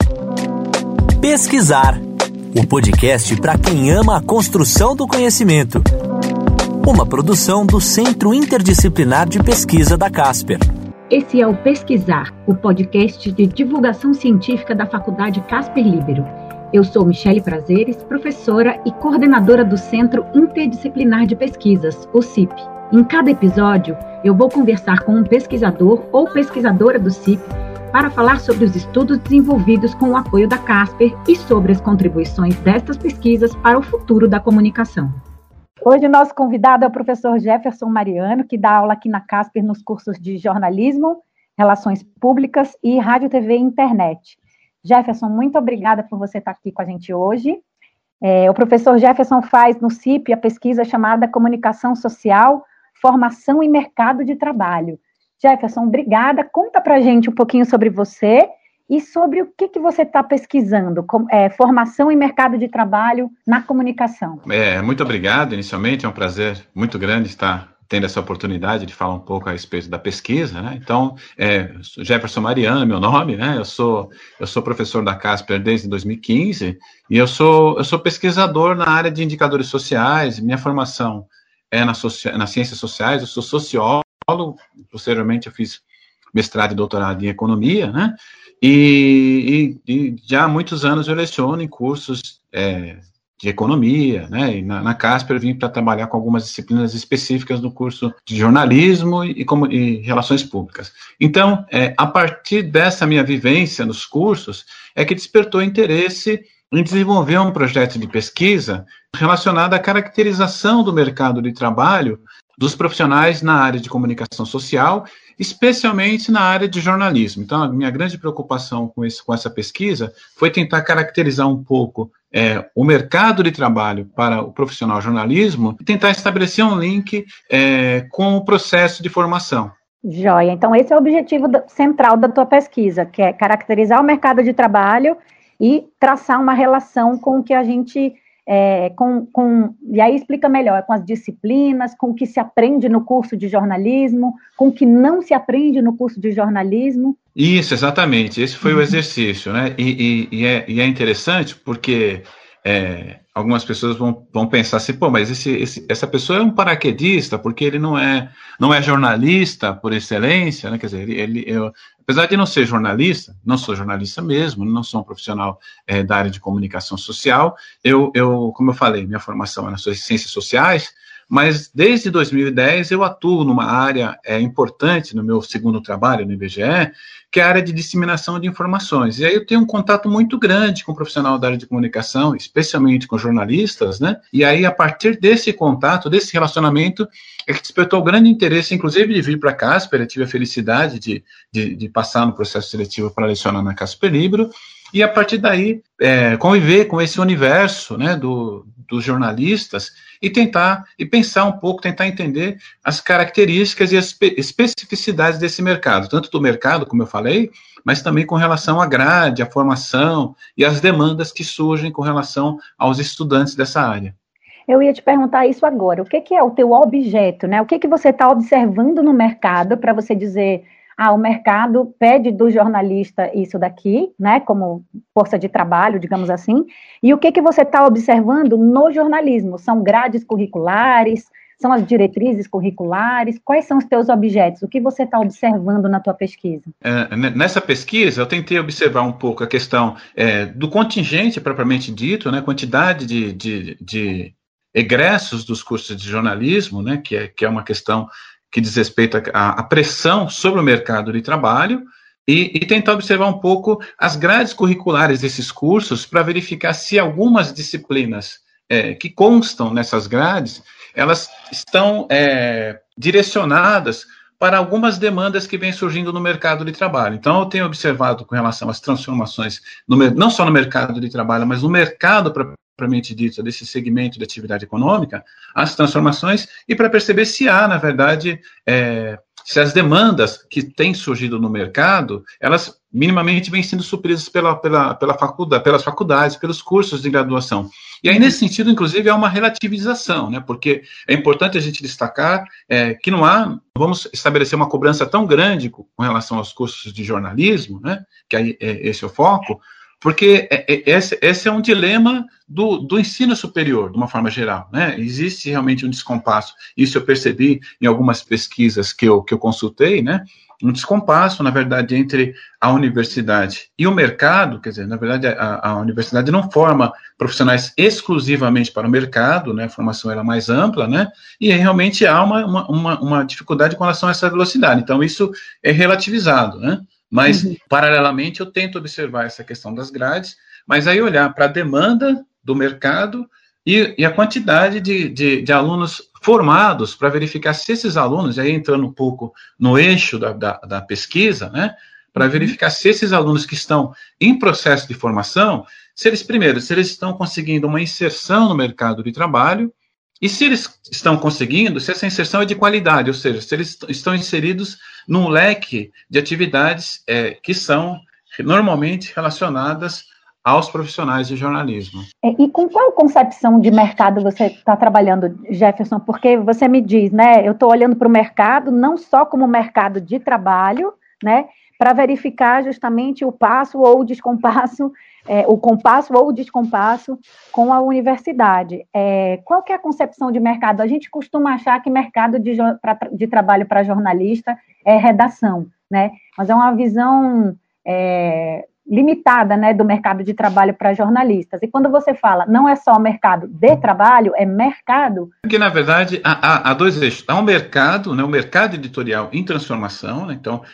Pesquisar, o podcast para quem ama a construção do conhecimento. Uma produção do Centro Interdisciplinar de Pesquisa da Casper. Esse é o Pesquisar, o podcast de divulgação científica da Faculdade Casper Líbero. Eu sou Michele Prazeres, professora e coordenadora do Centro Interdisciplinar de Pesquisas, o CIP. Em cada episódio, eu vou conversar com um pesquisador ou pesquisadora do CIP para falar sobre os estudos desenvolvidos com o apoio da Casper e sobre as contribuições destas pesquisas para o futuro da comunicação. Hoje o nosso convidado é o professor Jefferson Mariano, que dá aula aqui na Casper nos cursos de jornalismo, relações públicas e rádio, TV e internet. Jefferson, muito obrigada por você estar aqui com a gente hoje. O professor Jefferson faz no CIP a pesquisa chamada Comunicação Social, Formação e Mercado de Trabalho. Jefferson, obrigada. Conta para a gente um pouquinho sobre você e sobre o que você está pesquisando, formação e mercado de trabalho na comunicação. Muito obrigado, inicialmente, é um prazer muito grande estar tendo essa oportunidade de falar um pouco a respeito da pesquisa, né? Então, Jefferson Mariano, meu nome, né? Eu sou professor da Casper desde 2015 e eu sou pesquisador na área de indicadores sociais. Minha formação é nas ciências sociais, eu sou sociólogo, posteriormente eu fiz mestrado e doutorado em economia, né? E já há muitos anos eu leciono em cursos de economia, né? E na Casper eu vim para trabalhar com algumas disciplinas específicas no curso de jornalismo e relações públicas. Então, a partir dessa minha vivência nos cursos, é que despertou interesse em desenvolver um projeto de pesquisa relacionado à caracterização do mercado de trabalho dos profissionais na área de comunicação social, especialmente na área de jornalismo. Então, a minha grande preocupação com essa pesquisa foi tentar caracterizar um pouco o mercado de trabalho para o profissional jornalismo e tentar estabelecer um link com o processo de formação. Joia. Então, esse é o objetivo central da tua pesquisa, que é caracterizar o mercado de trabalho e traçar uma relação com o que a gente... e aí explica melhor, com as disciplinas, com o que se aprende no curso de jornalismo, com o que não se aprende no curso de jornalismo. Isso, exatamente, esse foi o exercício, né? E é interessante porque algumas pessoas vão pensar assim, pô, mas essa pessoa é um paraquedista, porque ele não é jornalista por excelência, né? Quer dizer, apesar de não ser jornalista, não sou jornalista mesmo, não sou um profissional da área de comunicação social, como eu falei, minha formação é nas ciências sociais, mas desde 2010 eu atuo numa área importante no meu segundo trabalho no IBGE, que é a área de disseminação de informações. E aí eu tenho um contato muito grande com o profissional da área de comunicação, especialmente com jornalistas, né? E aí, a partir desse contato, desse relacionamento, é que despertou grande interesse, inclusive, de vir para a Casper. Eu tive a felicidade de passar no processo seletivo para lecionar na Casper Líbero, e a partir daí conviver com esse universo, né, dos jornalistas e pensar um pouco, tentar entender as características e as especificidades desse mercado, tanto do mercado, como eu falei, mas também com relação à grade, à formação e às demandas que surgem com relação aos estudantes dessa área. Eu ia te perguntar isso agora, o que é o teu objeto, né? O que você está observando no mercado para você dizer... o mercado pede do jornalista isso daqui, né, como força de trabalho, digamos assim, e o que você está observando no jornalismo? São grades curriculares, são as diretrizes curriculares, quais são os teus objetos? O que você está observando na tua pesquisa? Nessa pesquisa, eu tentei observar um pouco a questão do contingente, propriamente dito, né, quantidade de egressos dos cursos de jornalismo, né, que é uma questão que diz respeito à pressão sobre o mercado de trabalho, e tentar observar um pouco as grades curriculares desses cursos para verificar se algumas disciplinas que constam nessas grades, elas estão direcionadas para algumas demandas que vêm surgindo no mercado de trabalho. Então, eu tenho observado com relação às transformações, não só no mercado de trabalho, mas no mercado propriamente dito, desse segmento de atividade econômica, as transformações, e para perceber se há, na verdade, se as demandas que têm surgido no mercado, elas minimamente vêm sendo supridas pelas faculdades, pelos cursos de graduação. E aí, nesse sentido, inclusive, há uma relativização, né? Porque é importante a gente destacar que não vamos estabelecer uma cobrança tão grande com relação aos cursos de jornalismo, né? Que aí esse é o foco, Porque esse é um dilema do ensino superior, de uma forma geral, né? Existe realmente um descompasso, isso eu percebi em algumas pesquisas que eu consultei, né? Um descompasso, na verdade, entre a universidade e o mercado, quer dizer, na verdade, a universidade não forma profissionais exclusivamente para o mercado, né? A formação era mais ampla, né? E aí, realmente há uma dificuldade com relação a essa velocidade. Então, isso é relativizado, né? Mas, paralelamente, eu tento observar essa questão das grades, mas aí olhar para a demanda do mercado e a quantidade de alunos formados para verificar se esses alunos, aí entrando um pouco no eixo da pesquisa, né, para verificar se esses alunos que estão em processo de formação, se eles estão conseguindo uma inserção no mercado de trabalho, e se eles estão conseguindo, se essa inserção é de qualidade, ou seja, se eles estão inseridos num leque de atividades que são normalmente relacionadas aos profissionais de jornalismo. E com qual concepção de mercado você está trabalhando, Jefferson? Porque você me diz, né, eu estou olhando para o mercado não só como mercado de trabalho, né, para verificar justamente o passo ou o descompasso, o compasso ou o descompasso com a universidade. Qual que é a concepção de mercado? A gente costuma achar que mercado de trabalho para jornalista é redação, né? Mas é uma visão limitada, né, do mercado de trabalho para jornalistas. E quando você fala, não é só mercado de trabalho, é mercado... Porque, na verdade, há dois eixos. Há um mercado, né, o mercado editorial em transformação, né, então,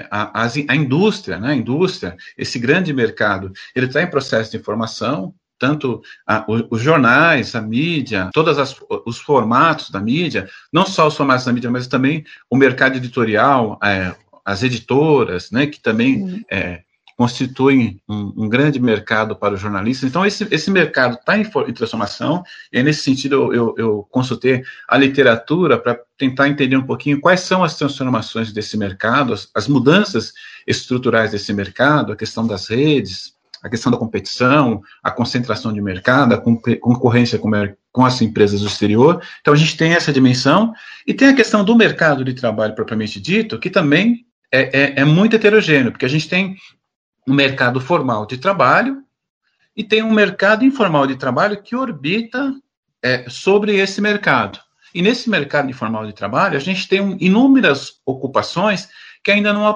a indústria, né, esse grande mercado, ele está em processo de formação, tanto os jornais, a mídia, os formatos da mídia, não só os formatos da mídia, mas também o mercado editorial, as editoras, né, que também... constituem um grande mercado para os jornalistas. Então, esse mercado está em transformação, e aí, nesse sentido, eu consultei a literatura para tentar entender um pouquinho quais são as transformações desse mercado, as mudanças estruturais desse mercado, a questão das redes, a questão da competição, a concentração de mercado, a concorrência com as empresas do exterior. Então, a gente tem essa dimensão, e tem a questão do mercado de trabalho propriamente dito, que também é muito heterogêneo, porque a gente tem um mercado formal de trabalho e tem um mercado informal de trabalho que orbita sobre esse mercado. E nesse mercado informal de trabalho, a gente tem inúmeras ocupações que ainda não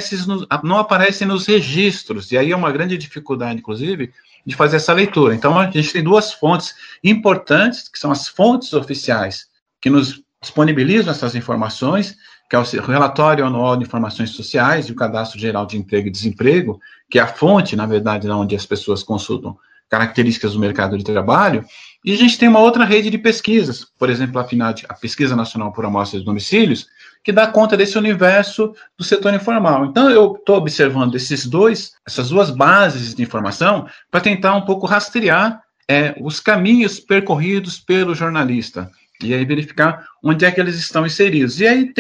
aparecem nos registros, e aí é uma grande dificuldade, inclusive, de fazer essa leitura. Então, a gente tem duas fontes importantes, que são as fontes oficiais, que nos disponibilizam essas informações, que é o Relatório Anual de Informações Sociais e o Cadastro Geral de Emprego e Desemprego, que é a fonte, na verdade, onde as pessoas consultam características do mercado de trabalho, e a gente tem uma outra rede de pesquisas, por exemplo, a Pesquisa Nacional por Amostra de Domicílios, que dá conta desse universo do setor informal. Então, eu estou observando essas duas bases de informação para tentar um pouco rastrear os caminhos percorridos pelo jornalista, e aí verificar onde é que eles estão inseridos. E aí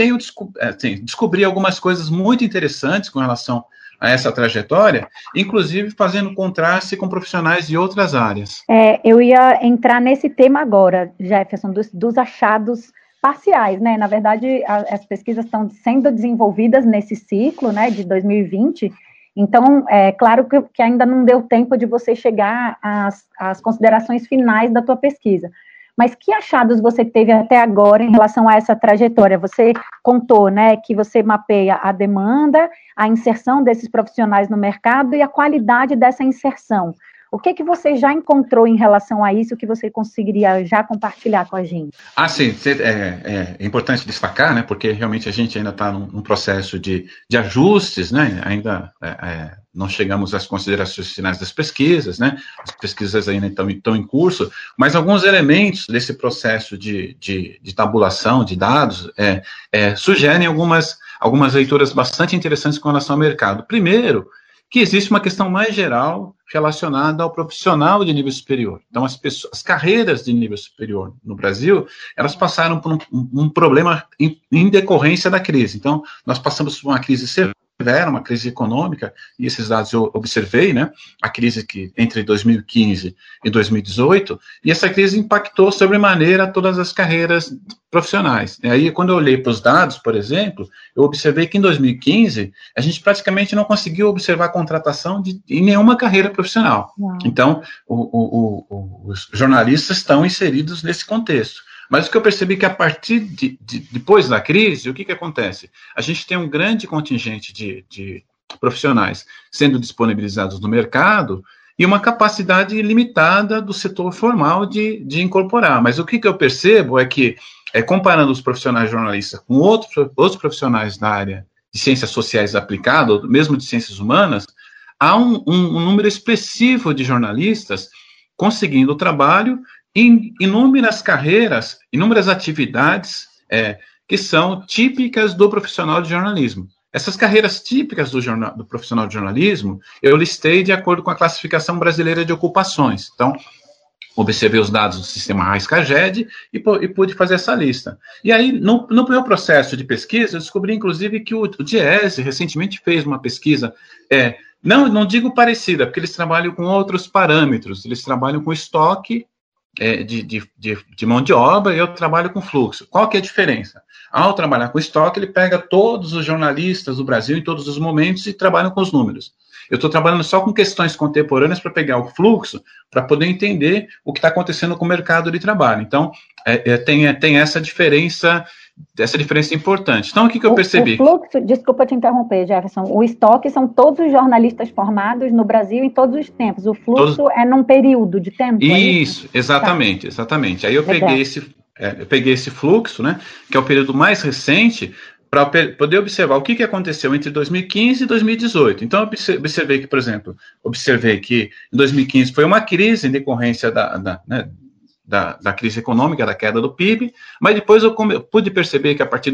descobri algumas coisas muito interessantes com relação a essa trajetória, inclusive fazendo contraste com profissionais de outras áreas. Eu ia entrar nesse tema agora, Jefferson, dos achados parciais, né? Na verdade, as pesquisas estão sendo desenvolvidas nesse ciclo, né, de 2020, então, claro que ainda não deu tempo de você chegar às considerações finais da tua pesquisa. Mas que achados você teve até agora em relação a essa trajetória? Você contou, né, que você mapeia a demanda, a inserção desses profissionais no mercado e a qualidade dessa inserção. O que você já encontrou em relação a isso que você conseguiria já compartilhar com a gente? Sim, é importante destacar, né, porque realmente a gente ainda está num processo de ajustes, né, ainda não chegamos às considerações finais das pesquisas, né, as pesquisas ainda estão em curso, mas alguns elementos desse processo de tabulação de dados sugerem algumas leituras bastante interessantes com relação ao mercado. Primeiro, que existe uma questão mais geral relacionada ao profissional de nível superior. Então, as carreiras de nível superior no Brasil, elas passaram por um problema em decorrência da crise. Então, nós passamos por uma crise tiveram uma crise econômica, e esses dados eu observei, né, a crise que entre 2015 e 2018, e essa crise impactou sobremaneira todas as carreiras profissionais. E aí, quando eu olhei para os dados, por exemplo, eu observei que em 2015, a gente praticamente não conseguiu observar a contratação em nenhuma carreira profissional. Uau. Então, os jornalistas estão inseridos nesse contexto. Mas o que eu percebi é que a partir depois da crise, o que acontece? A gente tem um grande contingente de profissionais sendo disponibilizados no mercado e uma capacidade limitada do setor formal de incorporar. Mas o que eu percebo é que, comparando os profissionais jornalistas com outros profissionais da área de ciências sociais aplicadas, ou mesmo de ciências humanas, há um número expressivo de jornalistas conseguindo trabalho em inúmeras carreiras, inúmeras atividades que são típicas do profissional de jornalismo. Essas carreiras típicas do profissional de jornalismo, eu listei de acordo com a classificação brasileira de ocupações. Então, observei os dados do sistema Raiz-Caged e pude fazer essa lista. E aí, no meu processo de pesquisa, eu descobri, inclusive, que o Diese recentemente fez uma pesquisa, não digo parecida, porque eles trabalham com outros parâmetros, eles trabalham com estoque de mão de obra, e eu trabalho com fluxo. Qual que é a diferença? Ao trabalhar com estoque, ele pega todos os jornalistas do Brasil em todos os momentos e trabalha com os números. Eu estou trabalhando só com questões contemporâneas para pegar o fluxo, para poder entender o que está acontecendo com o mercado de trabalho. Então, tem essa diferença importante. Então, o que eu percebi? O fluxo, desculpa te interromper, Jefferson, o estoque são todos os jornalistas formados no Brasil em todos os tempos. O fluxo é num período de tempo. Isso, exatamente, exatamente. Aí eu peguei esse fluxo, né, que é o período mais recente, para poder observar o que aconteceu entre 2015 e 2018. Então, eu observei que, por exemplo, em 2015 foi uma crise em decorrência da crise econômica, da queda do PIB, mas depois eu pude perceber que a partir de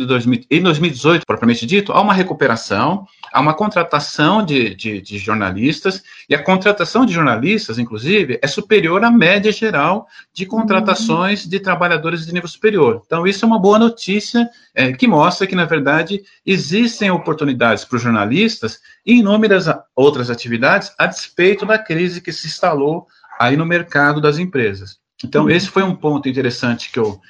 2018, propriamente dito, há uma recuperação, há uma contratação de jornalistas, e a contratação de jornalistas, inclusive, é superior à média geral de contratações de trabalhadores de nível superior. Então, isso é uma boa notícia, que mostra que, na verdade, existem oportunidades para os jornalistas em inúmeras outras atividades, a despeito da crise que se instalou aí no mercado das empresas. Então, esse foi um ponto interessante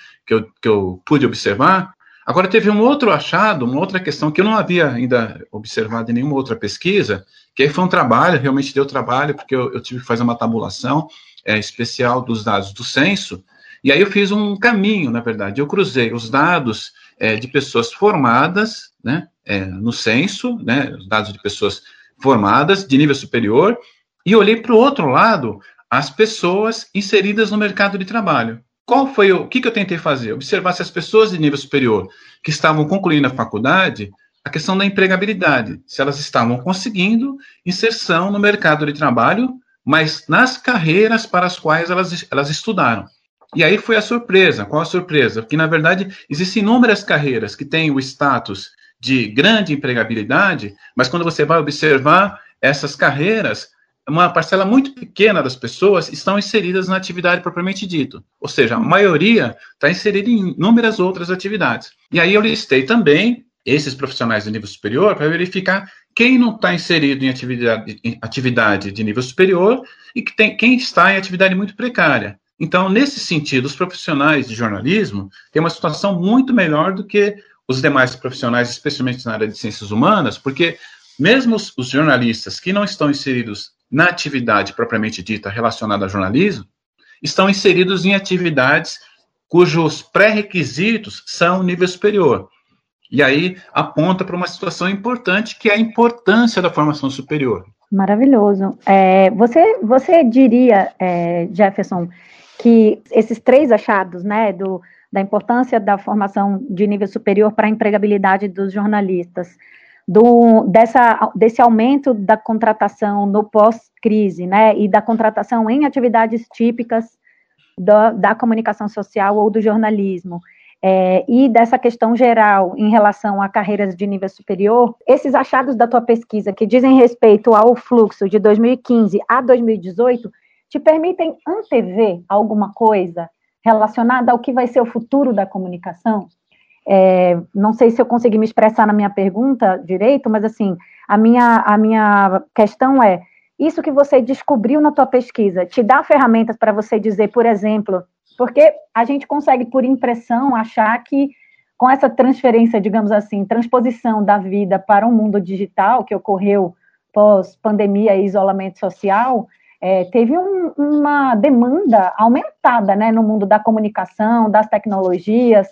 que eu pude observar. Agora, teve um outro achado, uma outra questão que eu não havia ainda observado em nenhuma outra pesquisa, que aí foi um trabalho, realmente deu trabalho, porque eu tive que fazer uma tabulação especial dos dados do censo, e aí eu fiz um caminho, na verdade. Eu cruzei os dados de pessoas formadas, né, no censo, né, os dados de pessoas formadas de nível superior, e olhei para o outro lado as pessoas inseridas no mercado de trabalho. O que eu tentei fazer? Observar se as pessoas de nível superior que estavam concluindo a faculdade, a questão da empregabilidade, se elas estavam conseguindo inserção no mercado de trabalho, mas nas carreiras para as quais elas estudaram. E aí foi a surpresa. Qual a surpresa? Porque, na verdade, existem inúmeras carreiras que têm o status de grande empregabilidade, mas quando você vai observar essas carreiras, uma parcela muito pequena das pessoas estão inseridas na atividade propriamente dita. Ou seja, a maioria está inserida em inúmeras outras atividades. E aí eu listei também esses profissionais de nível superior para verificar quem não está inserido em atividade de nível superior e quem está em atividade muito precária. Então, nesse sentido, os profissionais de jornalismo têm uma situação muito melhor do que os demais profissionais, especialmente na área de ciências humanas, porque mesmo os jornalistas que não estão inseridos na atividade propriamente dita relacionada ao jornalismo, estão inseridos em atividades cujos pré-requisitos são nível superior. E aí aponta para uma situação importante, que é a importância da formação superior. Maravilhoso. Você diria, Jefferson, que esses três achados, né, da importância da formação de nível superior para a empregabilidade dos jornalistas, desse aumento da contratação no pós-crise, né, e da contratação em atividades típicas da comunicação social ou do jornalismo, e dessa questão geral em relação a carreiras de nível superior, esses achados da tua pesquisa que dizem respeito ao fluxo de 2015 a 2018, te permitem antever alguma coisa relacionada ao que vai ser o futuro da comunicação? Não sei se eu consegui me expressar na minha pergunta direito, mas assim, a minha questão é, isso que você descobriu na tua pesquisa, te dá ferramentas para você dizer, por exemplo, porque a gente consegue, por impressão, achar que com essa transferência, digamos assim, transposição da vida para um mundo digital, que ocorreu pós-pandemia e isolamento social, teve uma demanda aumentada, né, no mundo da comunicação, das tecnologias,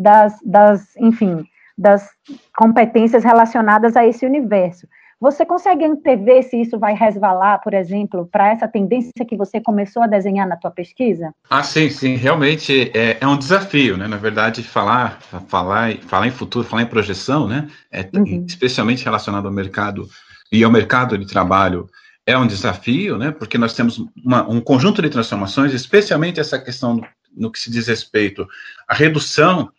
enfim, das competências relacionadas a esse universo. Você consegue antever se isso vai resvalar, por exemplo, para essa tendência que você começou a desenhar na tua pesquisa? Sim, realmente é um desafio, né? Na verdade, falar em futuro, falar em projeção, né? Especialmente relacionado ao mercado e ao mercado de trabalho, é um desafio, né? Porque nós temos um conjunto de transformações, especialmente essa questão no que se diz respeito à redução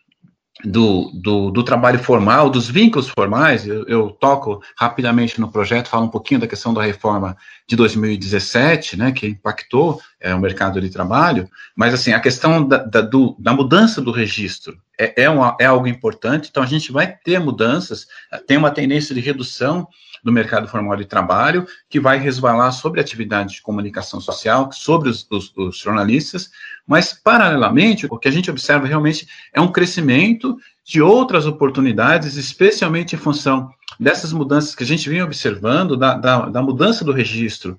do trabalho formal, dos vínculos formais. Eu toco rapidamente no projeto, falo um pouquinho da questão da reforma de 2017, né, que impactou o mercado de trabalho, mas assim, a questão da mudança do registro é algo importante. Então a gente vai ter mudanças, tem uma tendência de redução do mercado formal de trabalho, que vai resvalar sobre a atividade de comunicação social, sobre os jornalistas, mas, paralelamente, o que a gente observa realmente é um crescimento de outras oportunidades, especialmente em função dessas mudanças que a gente vem observando, da mudança do registro,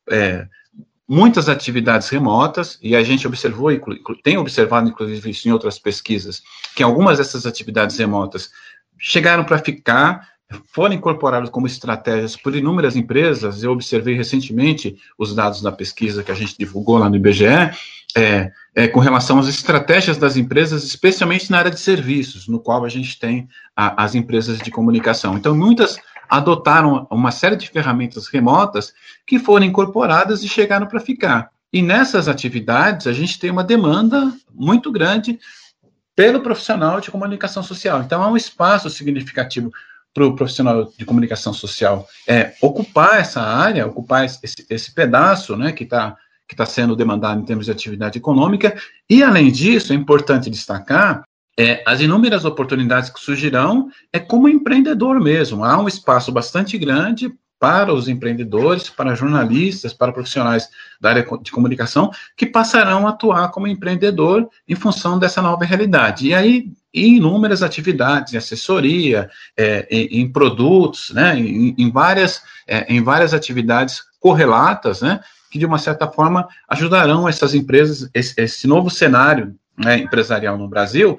muitas atividades remotas, e a gente tem observado, inclusive, isso em outras pesquisas, que algumas dessas atividades remotas chegaram para ficar, foram incorporadas como estratégias por inúmeras empresas. Eu observei recentemente os dados da pesquisa que a gente divulgou lá no IBGE, com relação às estratégias das empresas, especialmente na área de serviços, no qual a gente tem as empresas de comunicação. Então, muitas adotaram uma série de ferramentas remotas que foram incorporadas e chegaram para ficar. E nessas atividades, a gente tem uma demanda muito grande pelo profissional de comunicação social. Então, há um espaço significativo para o profissional de comunicação social ocupar essa área, ocupar esse pedaço, né, que está sendo demandado em termos de atividade econômica. E, além disso, é importante destacar as inúmeras oportunidades que surgirão como empreendedor mesmo. Há um espaço bastante grande para os empreendedores, para jornalistas, para profissionais da área de comunicação, que passarão a atuar como empreendedor em função dessa nova realidade. E aí, inúmeras atividades, em assessoria, em produtos, né, em várias atividades correlatas, né, que, de uma certa forma, ajudarão essas empresas, esse novo cenário, né, empresarial no Brasil,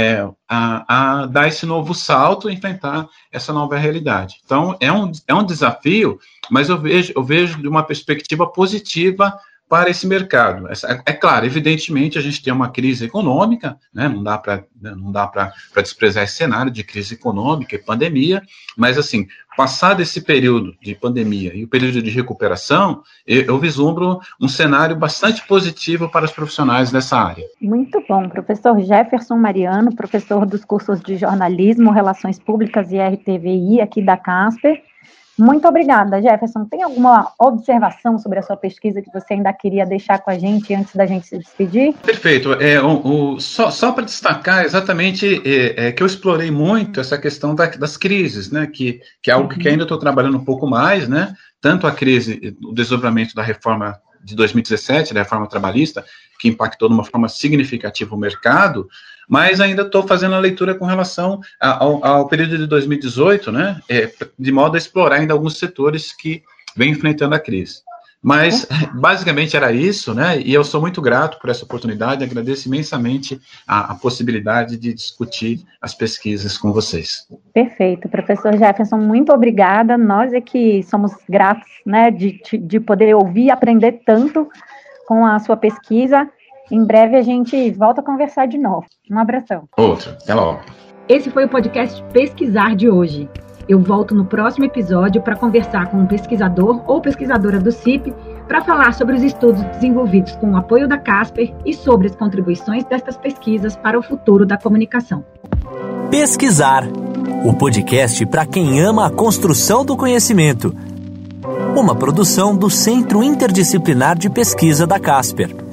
a dar esse novo salto e enfrentar essa nova realidade. Então, é um desafio, mas eu vejo de uma perspectiva positiva para esse mercado. É claro, evidentemente, a gente tem uma crise econômica, né, não dá para desprezar esse cenário de crise econômica e pandemia, mas, assim, passado esse período de pandemia e o período de recuperação, eu vislumbro um cenário bastante positivo para os profissionais dessa área. Muito bom. Professor Jefferson Mariano, professor dos cursos de Jornalismo, Relações Públicas e RTVI aqui da Casper. Muito obrigada, Jefferson. Tem alguma observação sobre a sua pesquisa que você ainda queria deixar com a gente antes da gente se despedir? Perfeito. Só para destacar exatamente que eu explorei muito essa questão das crises, né, que é algo que ainda estou trabalhando um pouco mais, né, tanto a crise, o desdobramento da reforma de 2017, da reforma trabalhista, que impactou de uma forma significativa o mercado, mas ainda estou fazendo a leitura com relação ao período de 2018, né, de modo a explorar ainda alguns setores que vêm enfrentando a crise. Mas, basicamente, era isso, né, e eu sou muito grato por essa oportunidade, agradeço imensamente a possibilidade de discutir as pesquisas com vocês. Perfeito, professor Jefferson, muito obrigada, nós é que somos gratos, né, de poder ouvir e aprender tanto com a sua pesquisa. Em breve a gente volta a conversar de novo. Um abração. Outro, até logo. Esse foi o podcast Pesquisar de hoje. Eu volto no próximo episódio para conversar com um pesquisador ou pesquisadora do CIP para falar sobre os estudos desenvolvidos com o apoio da Casper e sobre as contribuições destas pesquisas para o futuro da comunicação. Pesquisar, o podcast para quem ama a construção do conhecimento. Uma produção do Centro Interdisciplinar de Pesquisa da Casper.